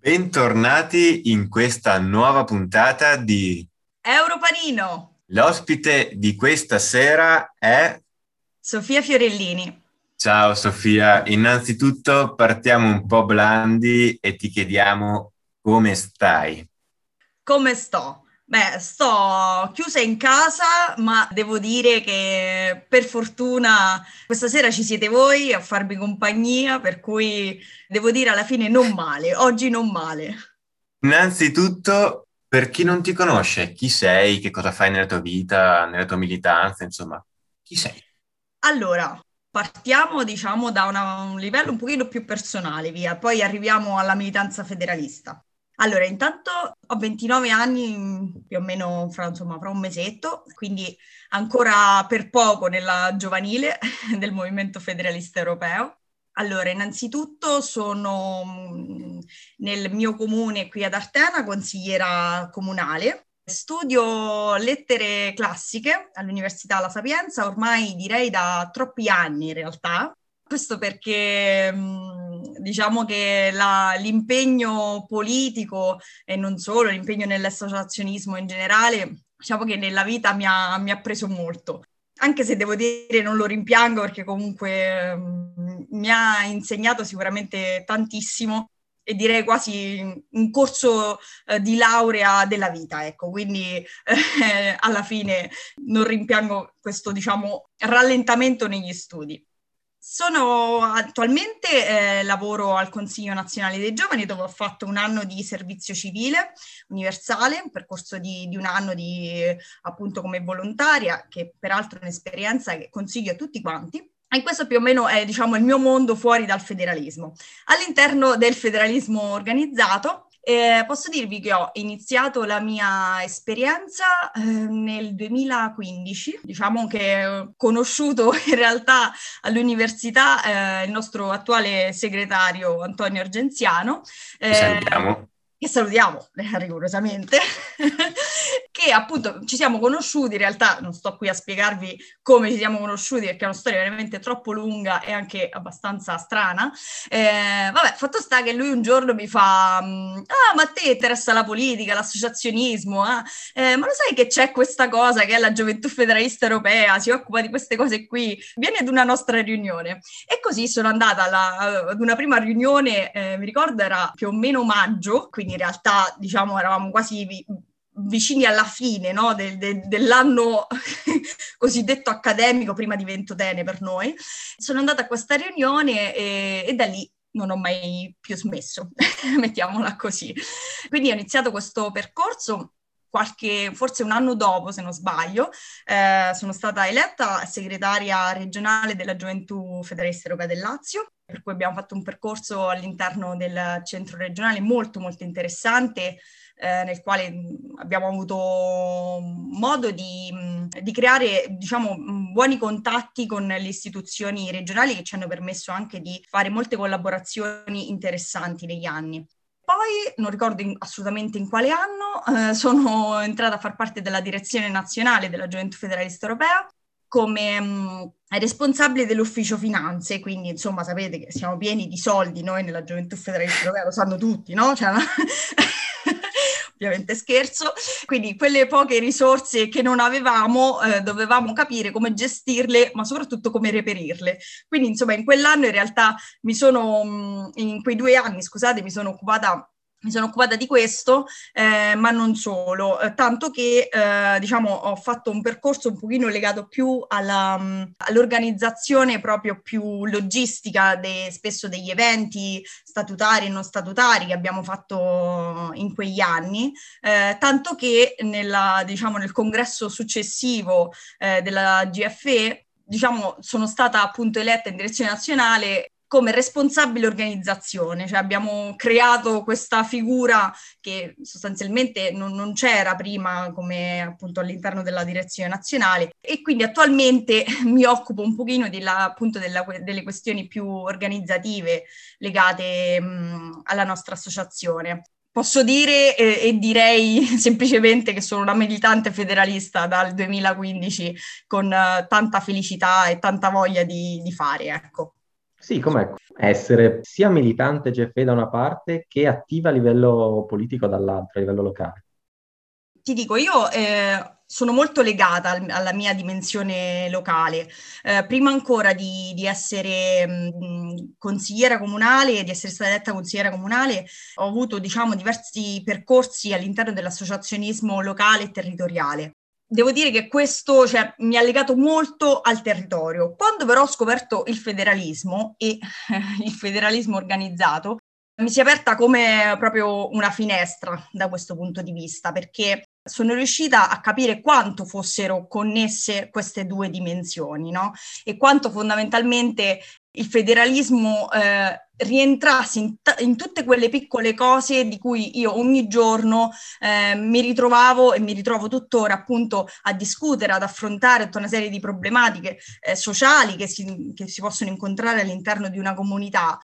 Bentornati in questa nuova puntata di Europanino, L'ospite di questa sera è... Sofia Fiorellini. Ciao Sofia, innanzitutto partiamo un po' blandi e ti chiediamo come stai. Come sto? Beh, sto chiusa in casa, ma devo dire che per fortuna questa sera ci siete voi a farmi compagnia, per cui devo dire alla fine non male, oggi non male. Innanzitutto, per chi non ti conosce, chi sei, che cosa fai nella tua vita, nella tua militanza, insomma, chi sei? Allora, partiamo diciamo da un livello un pochino più personale, via, poi arriviamo alla militanza federalista. Allora, intanto ho 29 anni, più o meno fra un mesetto, quindi ancora per poco nella giovanile del Movimento Federalista Europeo. Allora, innanzitutto sono nel mio comune qui ad Artena, consigliera comunale. Studio lettere classiche all'Università La Sapienza, ormai direi da troppi anni in realtà. Questo perché diciamo che l'impegno politico e non solo, l'impegno nell'associazionismo in generale, diciamo che nella vita mi ha preso molto. Anche se devo dire non lo rimpiango perché comunque mi ha insegnato sicuramente tantissimo e direi quasi un corso di laurea della vita, ecco, quindi alla fine non rimpiango questo, diciamo, rallentamento negli studi. Sono attualmente lavoro al Consiglio Nazionale dei Giovani dove ho fatto un anno di servizio civile universale, un percorso di un anno appunto come volontaria, che peraltro è un'esperienza che consiglio a tutti quanti. E questo più o meno è, diciamo, il mio mondo fuori dal federalismo. All'interno del federalismo organizzato posso dirvi che ho iniziato la mia esperienza nel 2015, diciamo che ho conosciuto in realtà all'università il nostro attuale segretario Antonio Argenziano, Ti eh, salutiamo. che salutiamo rigorosamente, che appunto ci siamo conosciuti, in realtà non sto qui a spiegarvi come ci siamo conosciuti perché è una storia veramente troppo lunga e anche abbastanza strana. Vabbè, fatto sta che lui un giorno mi fa, ma a te interessa la politica, l'associazionismo, ma lo sai che c'è questa cosa che è la Gioventù Federalista Europea, si occupa di queste cose qui, vieni ad una nostra riunione. E così sono andata ad una prima riunione, mi ricordo era più o meno maggio, quindi in realtà diciamo eravamo quasi vicini alla fine, no, dell'anno cosiddetto accademico prima di Ventotene per noi. Sono andata a questa riunione e da lì non ho mai più smesso, mettiamola così. Quindi ho iniziato questo percorso forse un anno dopo, se non sbaglio, sono stata eletta segretaria regionale della Gioventù Federalista Europea del Lazio, per cui abbiamo fatto un percorso all'interno del centro regionale molto molto interessante, nel quale abbiamo avuto modo di creare, diciamo, buoni contatti con le istituzioni regionali che ci hanno permesso anche di fare molte collaborazioni interessanti negli anni. Poi, non ricordo assolutamente in quale anno, sono entrata a far parte della direzione nazionale della Gioventù Federalista Europea come responsabile dell'ufficio finanze, quindi insomma sapete che siamo pieni di soldi noi nella Gioventù Federalista Europea, lo sanno tutti, no? Cioè, ovviamente scherzo, quindi quelle poche risorse che non avevamo dovevamo capire come gestirle, ma soprattutto come reperirle. Quindi insomma in quell'anno in realtà in quei 2 anni, scusate, mi sono occupata di questo, ma non solo, tanto che diciamo, ho fatto un percorso un pochino legato più all'organizzazione proprio più logistica spesso degli eventi statutari e non statutari che abbiamo fatto in quegli anni, tanto che diciamo, nel congresso successivo della GFE diciamo, sono stata appunto eletta in direzione nazionale come responsabile organizzazione, cioè abbiamo creato questa figura che sostanzialmente non c'era prima come appunto all'interno della direzione nazionale e quindi attualmente mi occupo un pochino appunto delle questioni più organizzative legate alla nostra associazione. Posso dire e direi semplicemente che sono una militante federalista dal 2015 con tanta felicità e tanta voglia di fare, ecco. Sì, com'è essere sia militante GFE da una parte che attiva a livello politico dall'altra, a livello locale. Ti dico, io sono molto legata alla mia dimensione locale. Prima ancora di essere consigliera comunale, di essere stata eletta consigliera comunale, ho avuto, diciamo, diversi percorsi all'interno dell'associazionismo locale e territoriale. Devo dire che questo, cioè, mi ha legato molto al territorio. Quando però ho scoperto il federalismo e il federalismo organizzato, mi si è aperta come proprio una finestra da questo punto di vista, perché sono riuscita a capire quanto fossero connesse queste due dimensioni, no? E quanto fondamentalmente il federalismo rientrasse in tutte quelle piccole cose di cui io ogni giorno mi ritrovavo e mi ritrovo tuttora appunto a discutere, ad affrontare tutta una serie di problematiche sociali che si possono incontrare all'interno di una comunità,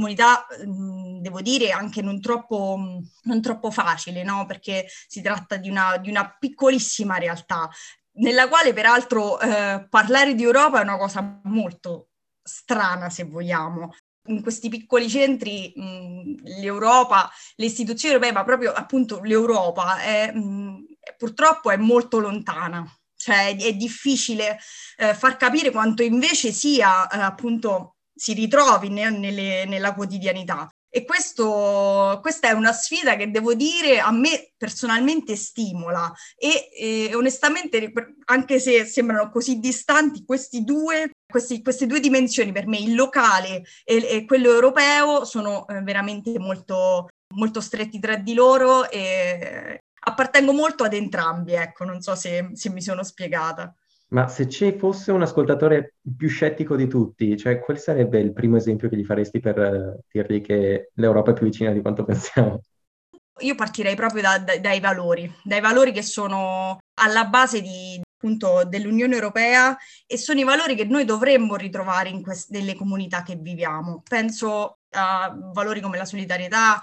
devo dire, anche non troppo facile, no? Perché si tratta di una piccolissima realtà, nella quale peraltro parlare di Europa è una cosa molto strana, se vogliamo. In questi piccoli centri l'Europa, le istituzioni europee, ma proprio appunto l'Europa purtroppo è molto lontana. Cioè è difficile far capire quanto invece sia appunto si ritrovi nella quotidianità. E questa è una sfida che devo dire a me personalmente stimola e onestamente, anche se sembrano così distanti, queste due dimensioni per me, il locale e quello europeo, sono veramente molto, molto stretti tra di loro e appartengo molto ad entrambi, ecco, non so se mi sono spiegata. Ma se ci fosse un ascoltatore più scettico di tutti, cioè qual sarebbe il primo esempio che gli faresti per dirgli che l'Europa è più vicina di quanto pensiamo? Io partirei proprio dai valori che sono alla base appunto, dell'Unione Europea e sono i valori che noi dovremmo ritrovare nelle comunità che viviamo. Penso a valori come la solidarietà,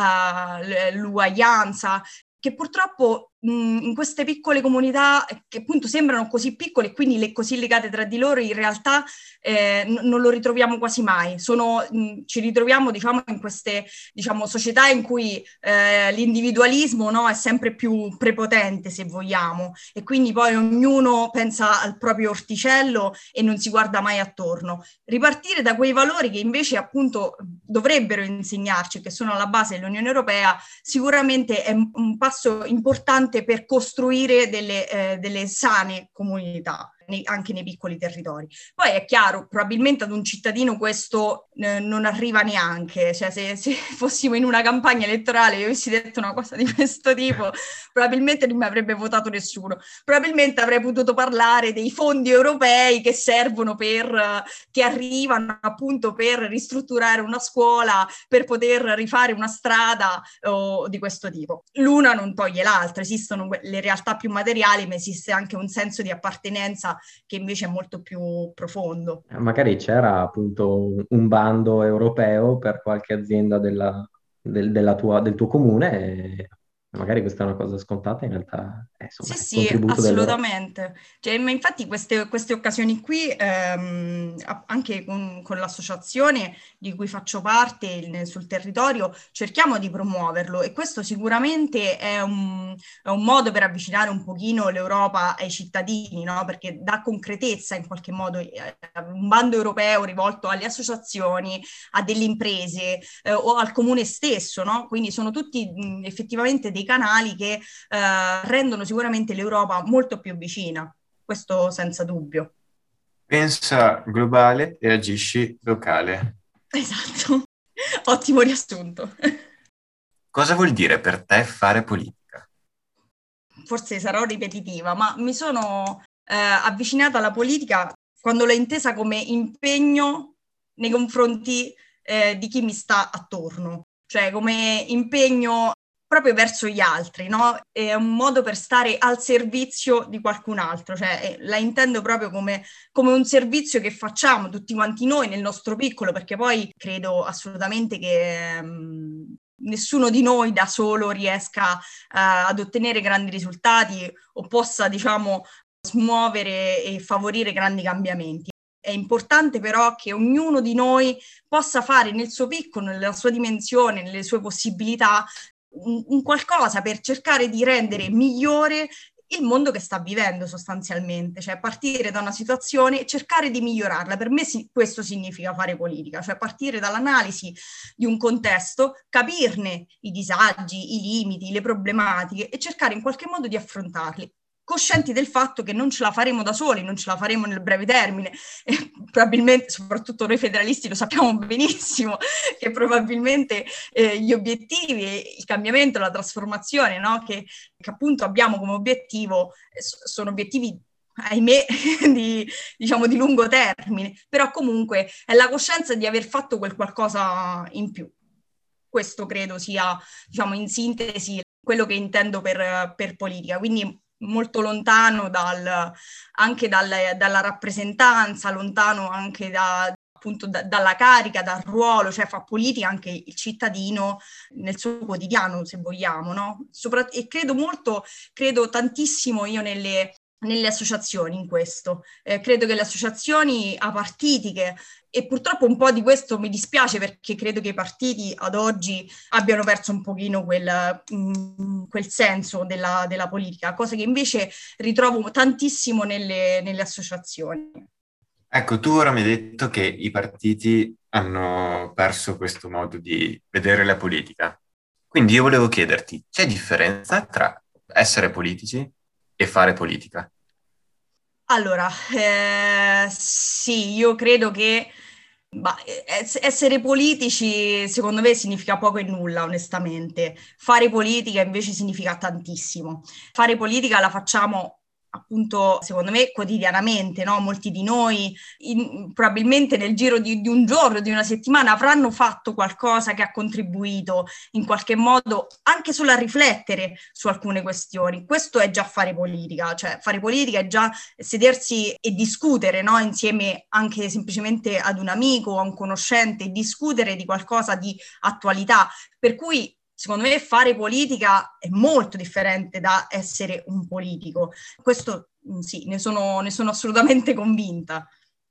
l'uguaglianza, che purtroppo in queste piccole comunità che appunto sembrano così piccole e quindi così legate tra di loro, in realtà non lo ritroviamo quasi mai. Ci ritroviamo, diciamo, in queste, diciamo, società in cui l'individualismo, no, è sempre più prepotente, se vogliamo, e quindi poi ognuno pensa al proprio orticello e non si guarda mai attorno. Ripartire da quei valori che invece appunto dovrebbero insegnarci, che sono alla base dell'Unione Europea, sicuramente è un passo importante per costruire delle sane comunità anche nei piccoli territori. Poi è chiaro, probabilmente ad un cittadino questo non arriva neanche, cioè se fossimo in una campagna elettorale e io avessi detto una cosa di questo tipo, probabilmente non mi avrebbe votato nessuno. Probabilmente avrei potuto parlare dei fondi europei che servono che arrivano appunto per ristrutturare una scuola, per poter rifare una strada o di questo tipo. L'una non toglie l'altra, esistono le realtà più materiali, ma esiste anche un senso di appartenenza che invece è molto più profondo. Magari c'era appunto un bando europeo per qualche azienda del tuo comune e magari questa è una cosa scontata, in realtà è, insomma, Sì, è il sì, contributo dell'Europa. assolutamente. Cioè, ma infatti queste occasioni qui, anche con l'associazione di cui faccio parte sul territorio, cerchiamo di promuoverlo e questo sicuramente è un modo per avvicinare un pochino l'Europa ai cittadini, no? Perché dà concretezza in qualche modo, un bando europeo rivolto alle associazioni, a delle imprese o al comune stesso, no? Quindi sono tutti effettivamente dei canali che rendono sicuramente l'Europa molto più vicina, questo senza dubbio. Pensa globale e agisci locale. Esatto, ottimo riassunto. Cosa vuol dire per te fare politica? Forse sarò ripetitiva, ma mi sono avvicinata alla politica quando l'ho intesa come impegno nei confronti di chi mi sta attorno, cioè come impegno proprio verso gli altri, no? È un modo per stare al servizio di qualcun altro, cioè la intendo proprio come un servizio che facciamo tutti quanti noi nel nostro piccolo, perché poi credo assolutamente che nessuno di noi da solo riesca ad ottenere grandi risultati o possa, diciamo, smuovere e favorire grandi cambiamenti. È importante però che ognuno di noi possa fare nel suo piccolo, nella sua dimensione, nelle sue possibilità, un qualcosa per cercare di rendere migliore il mondo che sta vivendo sostanzialmente, cioè partire da una situazione e cercare di migliorarla. Per me questo significa fare politica, cioè partire dall'analisi di un contesto, capirne i disagi, i limiti, le problematiche e cercare in qualche modo di affrontarli, coscienti del fatto che non ce la faremo da soli, non ce la faremo nel breve termine e probabilmente, soprattutto noi federalisti lo sappiamo benissimo, che probabilmente gli obiettivi e il cambiamento, la trasformazione, no? che appunto abbiamo come obiettivo sono obiettivi, ahimè, di lungo termine, però comunque è la coscienza di aver fatto quel qualcosa in più. Questo credo sia, diciamo, in sintesi quello che intendo per politica, quindi molto lontano anche dalla rappresentanza, lontano anche appunto dalla carica, dal ruolo, cioè fa politica anche il cittadino nel suo quotidiano, se vogliamo, no? E credo tantissimo io nelle associazioni in questo. Credo che le associazioni apartitiche, e purtroppo un po' di questo mi dispiace perché credo che i partiti ad oggi abbiano perso un pochino quel senso della politica, cosa che invece ritrovo tantissimo nelle associazioni. Ecco, tu ora mi hai detto che i partiti hanno perso questo modo di vedere la politica. Quindi io volevo chiederti, c'è differenza tra essere politici e fare politica? Allora, sì, io credo che essere politici secondo me significa poco e nulla, onestamente. Fare politica invece significa tantissimo. Fare politica la facciamo appunto, secondo me, quotidianamente, no? Molti di noi probabilmente nel giro di un giorno, di una settimana, avranno fatto qualcosa che ha contribuito in qualche modo anche solo a riflettere su alcune questioni. Questo è già fare politica, cioè fare politica è già sedersi e discutere, no? Insieme anche semplicemente ad un amico o a un conoscente, discutere di qualcosa di attualità. Per cui secondo me fare politica è molto differente da essere un politico. Questo sì, ne sono assolutamente convinta.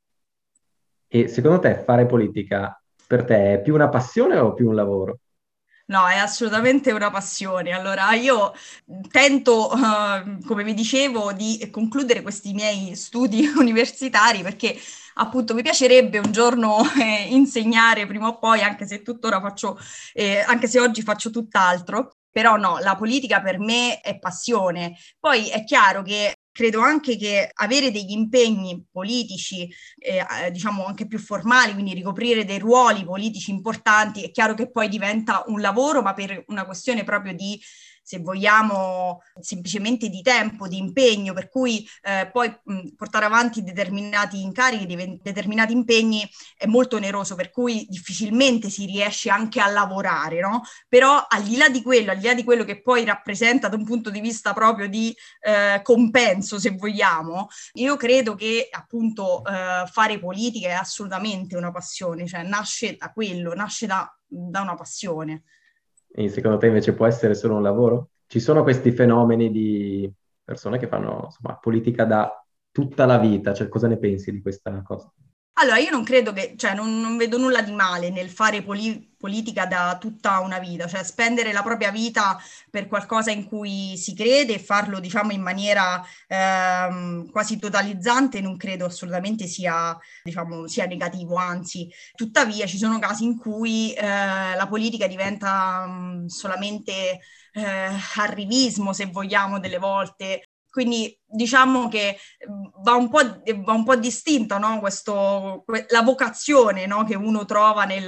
E secondo te fare politica per te è più una passione o più un lavoro? No, è assolutamente una passione. Allora, io tento, come vi dicevo, di concludere questi miei studi universitari perché appunto mi piacerebbe un giorno insegnare prima o poi, anche se tuttora anche se oggi faccio tutt'altro. Però no, la politica per me è passione. Poi è chiaro che credo anche che avere degli impegni politici, diciamo anche più formali, quindi ricoprire dei ruoli politici importanti, è chiaro che poi diventa un lavoro, ma per una questione proprio di, se vogliamo, semplicemente di tempo, di impegno, per cui poi portare avanti determinati incarichi, determinati impegni è molto oneroso, per cui difficilmente si riesce anche a lavorare, no? Però al di là di quello che poi rappresenta da un punto di vista proprio di compenso, se vogliamo, io credo che appunto fare politica è assolutamente una passione, cioè nasce da quello, nasce da una passione. E secondo te invece può essere solo un lavoro? Ci sono questi fenomeni di persone che fanno, insomma, politica da tutta la vita, cioè cosa ne pensi di questa cosa? Allora, io non credo che, cioè non vedo nulla di male nel fare politica da tutta una vita, cioè spendere la propria vita per qualcosa in cui si crede e farlo, diciamo, in maniera quasi totalizzante, non credo assolutamente diciamo, sia negativo, anzi, tuttavia ci sono casi in cui la politica diventa solamente arrivismo, se vogliamo, delle volte. Quindi diciamo che va un po' distinta, no? La vocazione, no? Che uno trova nel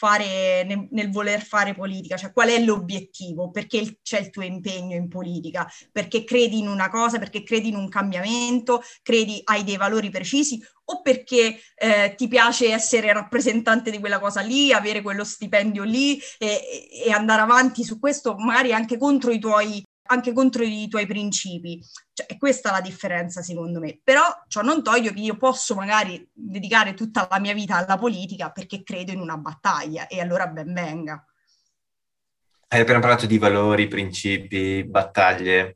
voler fare politica, cioè qual è l'obiettivo, perché c'è il tuo impegno in politica, perché credi in una cosa, perché credi in un cambiamento, hai dei valori precisi o perché ti piace essere rappresentante di quella cosa lì, avere quello stipendio lì e andare avanti su questo, magari anche contro i tuoi principi. Cioè, è questa la differenza secondo me, però ciò non toglie che io posso magari dedicare tutta la mia vita alla politica perché credo in una battaglia e allora ben venga. Hai appena parlato di valori, principi, battaglie.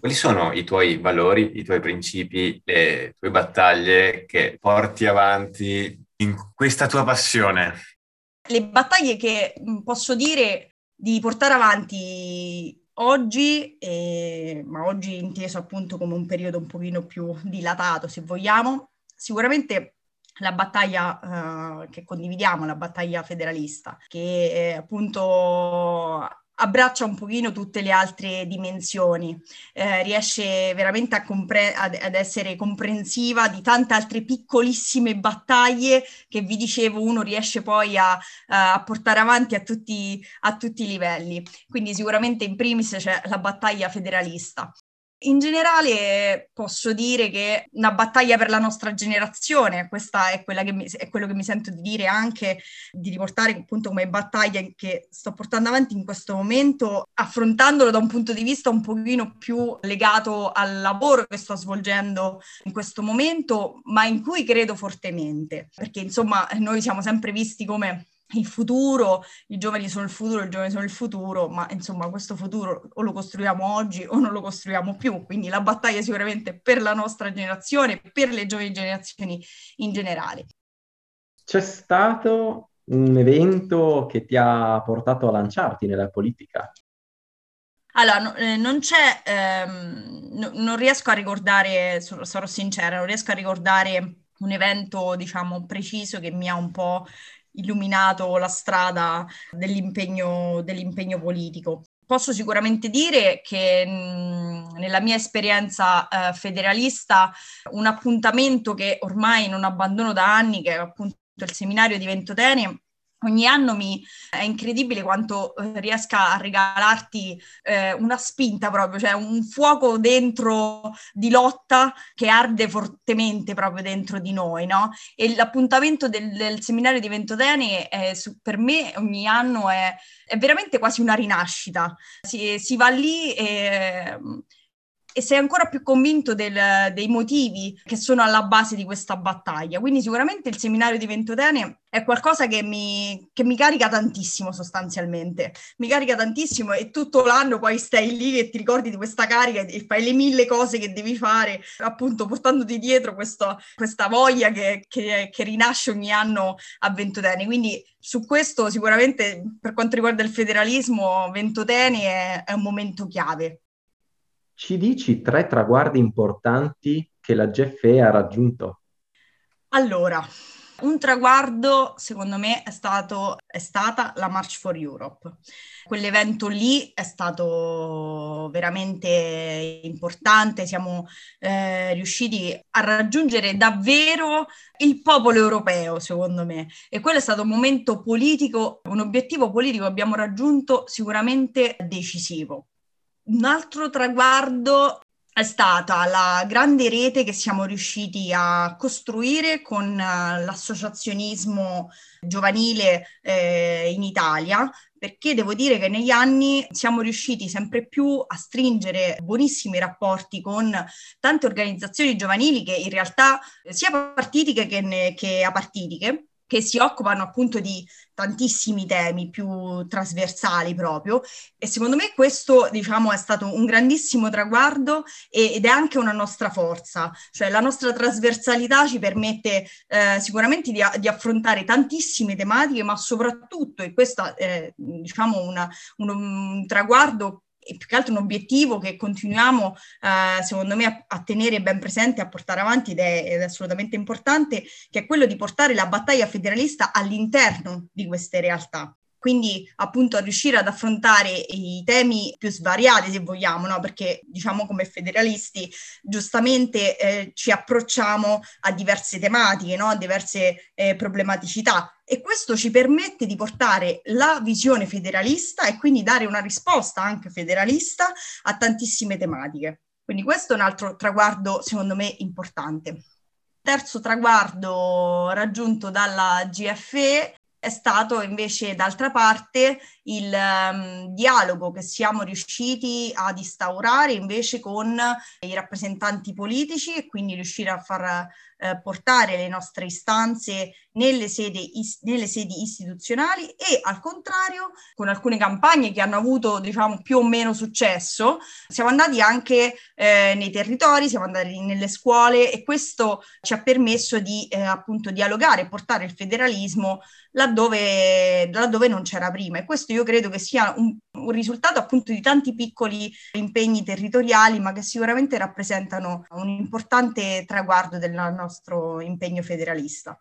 Quali sono i tuoi valori, i tuoi principi, le tue battaglie che porti avanti in questa tua passione? Le battaglie che posso dire di portare avanti oggi, ma oggi inteso appunto come un periodo un pochino più dilatato, se vogliamo, sicuramente la battaglia che condividiamo, la battaglia federalista, che appunto abbraccia un pochino tutte le altre dimensioni, riesce veramente ad essere comprensiva di tante altre piccolissime battaglie che vi dicevo uno riesce poi a portare avanti a tutti i livelli. Quindi sicuramente in primis c'è la battaglia federalista. In generale posso dire che una battaglia per la nostra generazione, questa è quella è quello che mi sento di dire anche, di riportare appunto come battaglia che sto portando avanti in questo momento, affrontandolo da un punto di vista un pochino più legato al lavoro che sto svolgendo in questo momento, ma in cui credo fortemente, perché insomma noi siamo sempre visti come il futuro, i giovani sono il futuro, i giovani sono il futuro, ma insomma questo futuro o lo costruiamo oggi o non lo costruiamo più, quindi la battaglia sicuramente per la nostra generazione, per le giovani generazioni in generale. C'è stato un evento che ti ha portato a lanciarti nella politica? Allora, non c'è, non riesco a ricordare, sarò sincera, non riesco a ricordare un evento, diciamo, preciso che mi ha un po' illuminato la strada dell'impegno politico. Posso sicuramente dire che nella mia esperienza federalista un appuntamento che ormai non abbandono da anni, che è appunto il seminario di Ventotene, ogni anno è incredibile quanto riesca a regalarti una spinta proprio, cioè un fuoco dentro di lotta che arde fortemente proprio dentro di noi, no? E l'appuntamento del seminario di Ventotene per me ogni anno è veramente quasi una rinascita. Si va lì e sei ancora più convinto dei motivi che sono alla base di questa battaglia. Quindi sicuramente il seminario di Ventotene è qualcosa che mi carica tantissimo sostanzialmente. Mi carica tantissimo e tutto l'anno poi stai lì e ti ricordi di questa carica e fai le 1000 cose che devi fare, appunto portandoti dietro questa voglia che rinasce ogni anno a Ventotene. Quindi su questo sicuramente per quanto riguarda il federalismo, Ventotene è un momento chiave. Ci dici 3 traguardi importanti che la GFE ha raggiunto? Allora, un traguardo secondo me è stata la March for Europe. Quell'evento lì è stato veramente importante, siamo riusciti a raggiungere davvero il popolo europeo, secondo me, e quello è stato un momento politico, un obiettivo politico che abbiamo raggiunto sicuramente decisivo. Un altro traguardo è stata la grande rete che siamo riusciti a costruire con l'associazionismo giovanile in Italia, perché devo dire che negli anni siamo riusciti sempre più a stringere buonissimi rapporti con tante organizzazioni giovanili che in realtà sia partitiche che apartitiche, che si occupano appunto di tantissimi temi più trasversali proprio, e secondo me questo, diciamo, è stato un grandissimo traguardo ed è anche una nostra forza, cioè la nostra trasversalità ci permette sicuramente di affrontare tantissime tematiche, ma soprattutto, e questo è diciamo un traguardo e più che altro un obiettivo che continuiamo secondo me a tenere ben presente, a portare avanti ed è assolutamente importante, che è quello di portare la battaglia federalista all'interno di queste realtà. Quindi appunto a riuscire ad affrontare i temi più svariati, se vogliamo, no? Perché diciamo come federalisti giustamente ci approcciamo a diverse tematiche, no? A diverse problematicità, e questo ci permette di portare la visione federalista e quindi dare una risposta anche federalista a tantissime tematiche. Quindi questo è un altro traguardo secondo me importante. Terzo traguardo raggiunto dalla GFE è stato invece d'altra parte il dialogo che siamo riusciti ad instaurare invece con i rappresentanti politici, e quindi riuscire a far portare le nostre istanze nelle sedi istituzionali e al contrario, con alcune campagne che hanno avuto, diciamo, più o meno successo, siamo andati anche nei territori, siamo andati nelle scuole e questo ci ha permesso di appunto dialogare e portare il federalismo laddove non c'era prima. E questo io credo che sia un risultato appunto di tanti piccoli impegni territoriali, ma che sicuramente rappresentano un importante traguardo del nostro impegno federalista.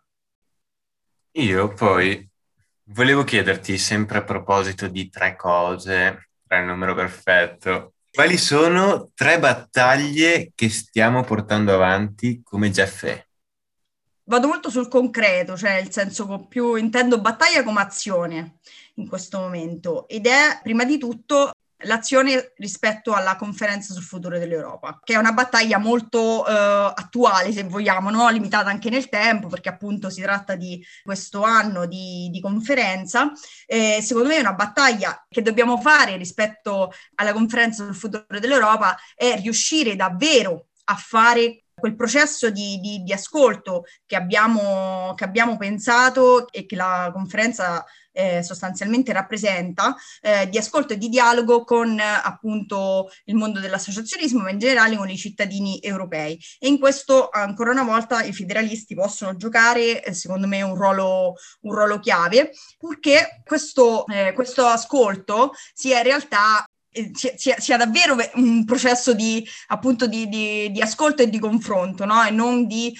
Io poi volevo chiederti, sempre a proposito di 3 cose, 3 il numero perfetto, quali sono 3 battaglie che stiamo portando avanti come GFE? Vado molto sul concreto, cioè nel senso più intendo battaglia come azione in questo momento, ed è prima di tutto l'azione rispetto alla conferenza sul futuro dell'Europa, che è una battaglia molto attuale, se vogliamo, no? Limitata anche nel tempo, perché appunto si tratta di questo anno di conferenza. Secondo me è una battaglia che dobbiamo fare rispetto alla conferenza sul futuro dell'Europa, è riuscire davvero a fare quel processo di ascolto che abbiamo pensato e che la conferenza sostanzialmente rappresenta, di ascolto e di dialogo con appunto il mondo dell'associazionismo, ma in generale con i cittadini europei. E in questo, ancora una volta, i federalisti possono giocare, secondo me, un ruolo chiave, purché questo ascolto sia in realtà sia davvero un processo di ascolto e di confronto, no? E non di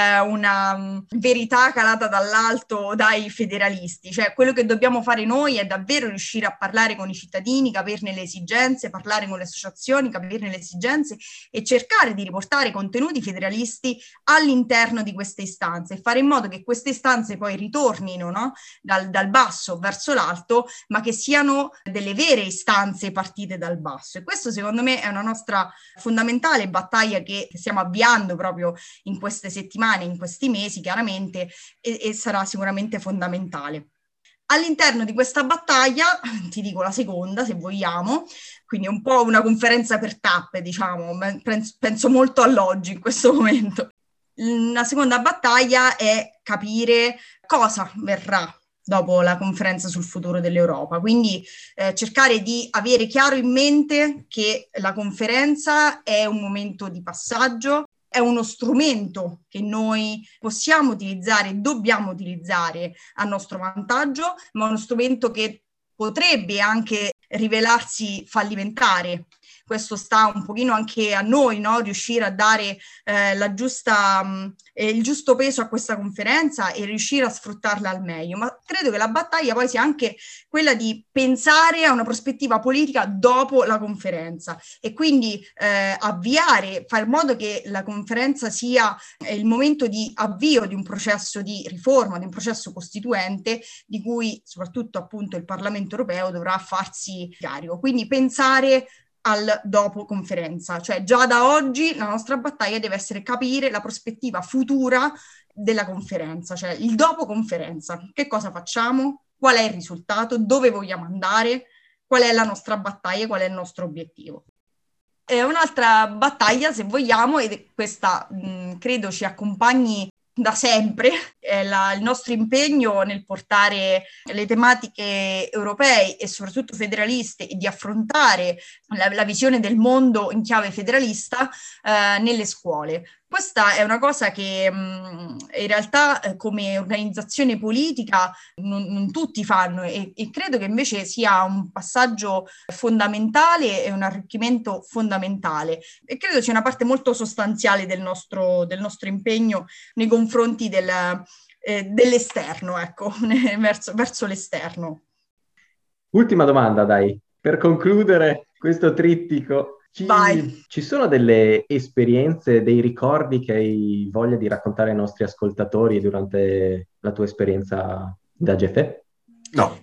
una verità calata dall'alto dai federalisti. Cioè, quello che dobbiamo fare noi è davvero riuscire a parlare con i cittadini, capirne le esigenze, parlare con le associazioni, capirne le esigenze e cercare di riportare contenuti federalisti all'interno di queste istanze e fare in modo che queste istanze poi ritornino, no? dal basso verso l'alto, ma che siano delle vere istanze partite dal basso. E questo secondo me è una nostra fondamentale battaglia che stiamo avviando proprio in queste settimane, in questi mesi chiaramente, e sarà sicuramente fondamentale. All'interno di questa battaglia, ti dico la seconda se vogliamo, quindi è un po' una conferenza per tappe, diciamo, penso molto all'oggi in questo momento. La seconda battaglia è capire cosa verrà dopo la conferenza sul futuro dell'Europa, quindi cercare di avere chiaro in mente che la conferenza è un momento di passaggio, è uno strumento che noi possiamo utilizzare, dobbiamo utilizzare a nostro vantaggio, ma uno strumento che potrebbe anche rivelarsi fallimentare. Questo sta un pochino anche a noi, no? Riuscire a dare il giusto peso a questa conferenza e riuscire a sfruttarla al meglio. Ma credo che la battaglia poi sia anche quella di pensare a una prospettiva politica dopo la conferenza e quindi fare in modo che la conferenza sia il momento di avvio di un processo di riforma, di un processo costituente di cui soprattutto appunto il Parlamento europeo dovrà farsi carico. Quindi pensare al dopo conferenza, cioè già da oggi la nostra battaglia deve essere capire la prospettiva futura della conferenza, cioè il dopo conferenza, che cosa facciamo, qual è il risultato, dove vogliamo andare, qual è la nostra battaglia, qual è il nostro obiettivo. È un'altra battaglia, se vogliamo, e questa credo ci accompagni da sempre, è il nostro impegno nel portare le tematiche europee e soprattutto federaliste e di affrontare la visione del mondo in chiave federalista nelle scuole. Questa è una cosa che in realtà come organizzazione politica non tutti fanno e credo che invece sia un passaggio fondamentale e un arricchimento fondamentale e credo sia una parte molto sostanziale del nostro impegno nei confronti dell'esterno, ecco, verso l'esterno. Ultima domanda, dai, per concludere questo trittico. Ci sono delle esperienze, dei ricordi che hai voglia di raccontare ai nostri ascoltatori durante la tua esperienza da GFE? No.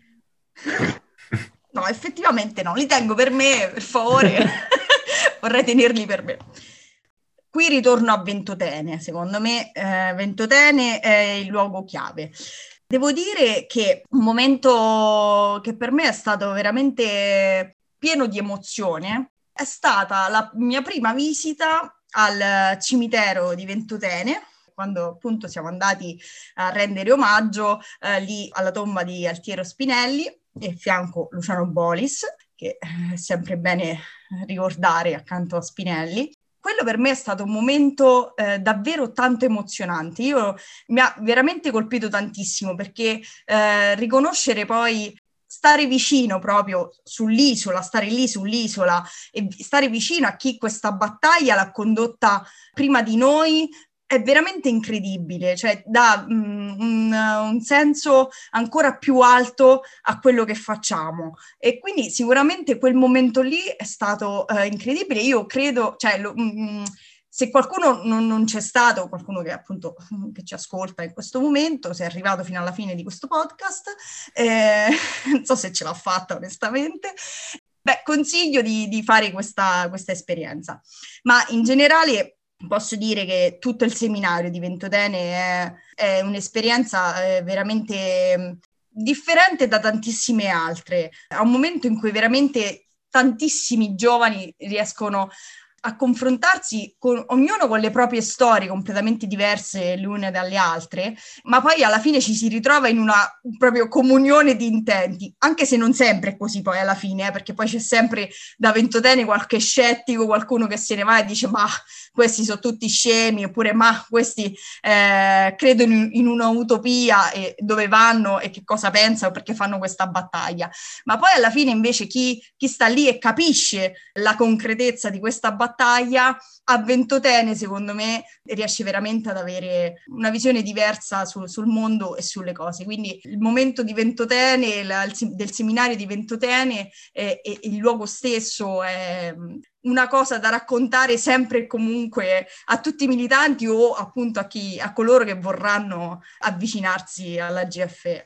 No, effettivamente no, li tengo per me, per favore, vorrei tenerli per me. Qui ritorno a Ventotene, secondo me Ventotene è il luogo chiave. Devo dire che un momento che per me è stato veramente pieno di emozione è stata la mia prima visita al cimitero di Ventotene, quando appunto siamo andati a rendere omaggio lì alla tomba di Altiero Spinelli e a fianco Luciano Bolis, che è sempre bene ricordare accanto a Spinelli. Quello per me è stato un momento davvero tanto emozionante. Mi ha veramente colpito tantissimo perché riconoscere poi, stare vicino proprio sull'isola, stare lì sull'isola e stare vicino a chi questa battaglia l'ha condotta prima di noi è veramente incredibile, cioè dà un senso ancora più alto a quello che facciamo e quindi sicuramente quel momento lì è stato incredibile. Io credo, cioè se qualcuno non c'è stato, qualcuno che appunto che ci ascolta in questo momento, se è arrivato fino alla fine di questo podcast, non so se ce l'ha fatta onestamente, consiglio di fare questa esperienza. Ma in generale posso dire che tutto il seminario di Ventotene è un'esperienza veramente differente da tantissime altre. È un momento in cui veramente tantissimi giovani riescono a confrontarsi ognuno con le proprie storie completamente diverse le une dalle altre, ma poi alla fine ci si ritrova in una proprio comunione di intenti, anche se non sempre è così poi alla fine, perché poi c'è sempre da Ventotene qualche scettico, qualcuno che se ne va e dice ma questi sono tutti scemi, oppure ma questi credono in una utopia e dove vanno e che cosa pensano perché fanno questa battaglia. Ma poi alla fine invece chi sta lì e capisce la concretezza di questa battaglia a Ventotene secondo me riesce veramente ad avere una visione diversa sul mondo e sulle cose. Quindi il momento di Ventotene, del seminario di Ventotene e il luogo stesso è una cosa da raccontare sempre e comunque a tutti i militanti o appunto a coloro che vorranno avvicinarsi alla GFE.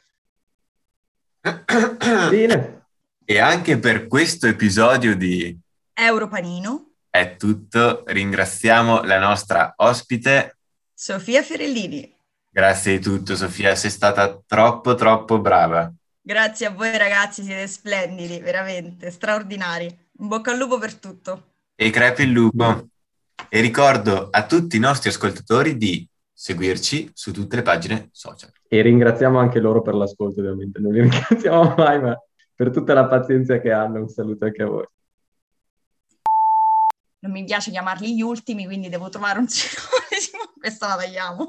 Bene. E anche per questo episodio di Europanino è tutto. Ringraziamo la nostra ospite Sofia Fiorellini. Grazie di tutto, Sofia, sei stata troppo troppo brava. Grazie a voi ragazzi, siete splendidi, veramente straordinari. In bocca al lupo per tutto. E crepi il lupo. E ricordo a tutti i nostri ascoltatori di seguirci su tutte le pagine social. E ringraziamo anche loro per l'ascolto, ovviamente. Non li ringraziamo mai, ma per tutta la pazienza che hanno, un saluto anche a voi. Non mi piace chiamarli gli ultimi, quindi devo trovare un sinonimo. Questa la tagliamo.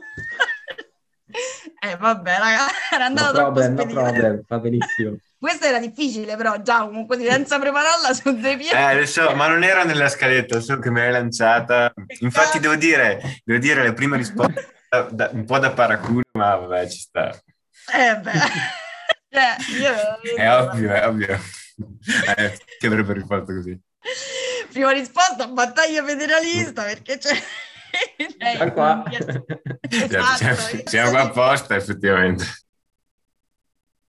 Vabbè, raga, era andata troppo spedita. No problem, va benissimo. Questa era difficile, però già comunque senza prepararla su due piedi. Adesso, ma non era nella scaletta, so che mi hai lanciata. Infatti devo dire le prime risposte un po' da paraculo, ma vabbè, ci sta. È ovvio. Che avrebbe risposto così. Prima risposta, battaglia federalista, perché c'è... Siamo qua. Esatto, siamo qua apposta, effettivamente.